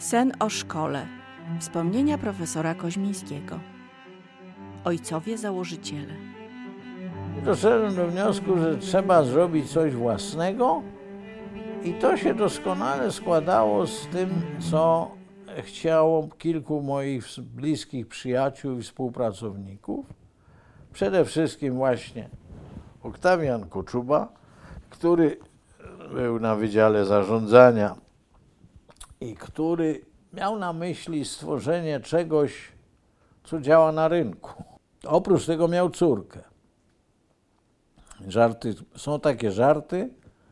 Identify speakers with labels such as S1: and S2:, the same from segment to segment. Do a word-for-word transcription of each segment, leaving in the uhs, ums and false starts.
S1: Sen o szkole. Wspomnienia profesora Koźmińskiego. Ojcowie założyciele.
S2: Doszedłem do wniosku, że trzeba zrobić coś własnego i to się doskonale składało z tym, co chciało kilku moich bliskich przyjaciół i współpracowników. Przede wszystkim właśnie Oktawian Koczuba, który był na Wydziale Zarządzania i który miał na myśli stworzenie czegoś, co działa na rynku. Oprócz tego miał córkę. Żarty, są takie żarty,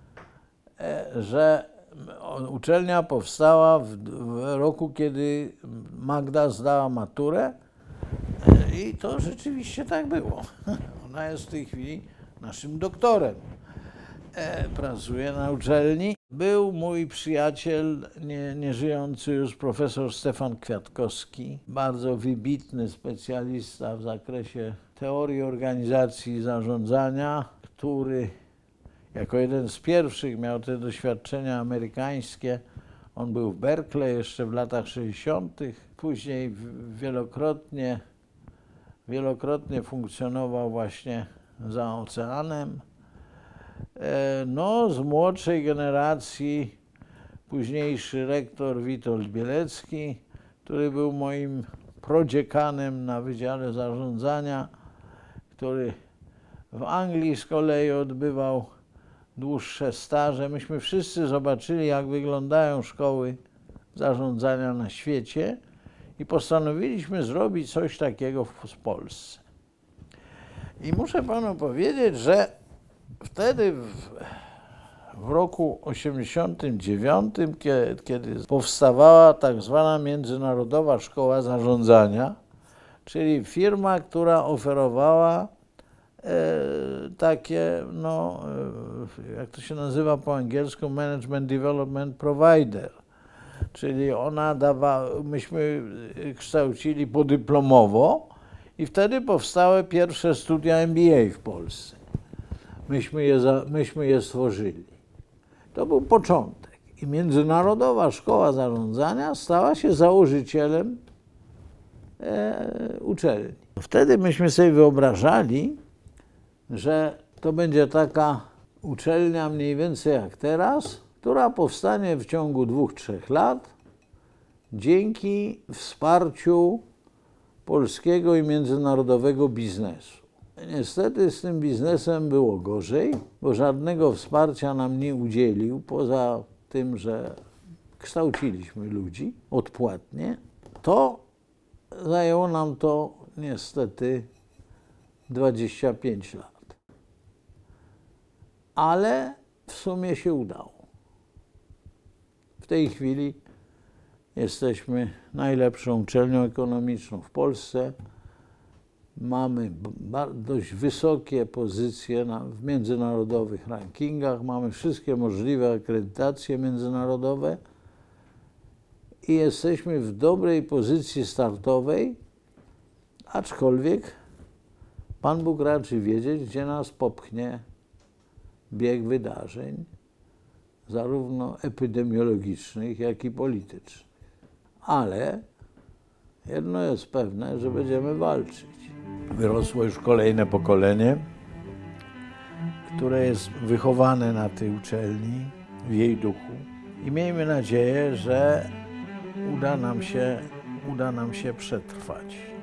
S2: że uczelnia powstała w, w roku, kiedy Magda zdała maturę i to rzeczywiście tak było. Ona jest w tej chwili naszym doktorem. Pracuje na uczelni. Był mój przyjaciel, nie, nieżyjący już profesor Stefan Kwiatkowski, bardzo wybitny specjalista w zakresie teorii organizacji i zarządzania, który jako jeden z pierwszych miał te doświadczenia amerykańskie. On był w Berkeley jeszcze w latach sześćdziesiątych. Później wielokrotnie, wielokrotnie funkcjonował właśnie za oceanem. No, z młodszej generacji późniejszy rektor Witold Bielecki, który był moim prodziekanem na Wydziale Zarządzania, który w Anglii z kolei odbywał dłuższe staże. Myśmy wszyscy zobaczyli, jak wyglądają szkoły zarządzania na świecie i postanowiliśmy zrobić coś takiego w Polsce. I muszę panu powiedzieć, że wtedy w, w roku osiemdziesiątym dziewiątym, kiedy, kiedy powstawała tak zwana Międzynarodowa Szkoła Zarządzania, czyli firma, która oferowała e, takie, no, e, jak to się nazywa po angielsku, Management Development Provider, czyli ona dawała, myśmy kształcili podyplomowo i wtedy powstały pierwsze studia M B A w Polsce. Myśmy je, za, myśmy je stworzyli. To był początek. I Międzynarodowa Szkoła Zarządzania stała się założycielem e, uczelni. Wtedy myśmy sobie wyobrażali, że to będzie taka uczelnia mniej więcej jak teraz, która powstanie w ciągu dwóch, trzech lat dzięki wsparciu polskiego i międzynarodowego biznesu. Niestety z tym biznesem było gorzej, bo żadnego wsparcia nam nie udzielił, poza tym, że kształciliśmy ludzi odpłatnie. To zajęło nam to niestety dwadzieścia pięć lat. Ale w sumie się udało. W tej chwili jesteśmy najlepszą uczelnią ekonomiczną w Polsce. Mamy dość wysokie pozycje na, w międzynarodowych rankingach, mamy wszystkie możliwe akredytacje międzynarodowe i jesteśmy w dobrej pozycji startowej, aczkolwiek Pan Bóg raczy wiedzieć, gdzie nas popchnie bieg wydarzeń, zarówno epidemiologicznych, jak i politycznych. Ale jedno jest pewne, że będziemy walczyć. Wyrosło już kolejne pokolenie, które jest wychowane na tej uczelni, w jej duchu. I miejmy nadzieję, że uda nam się, uda nam się przetrwać.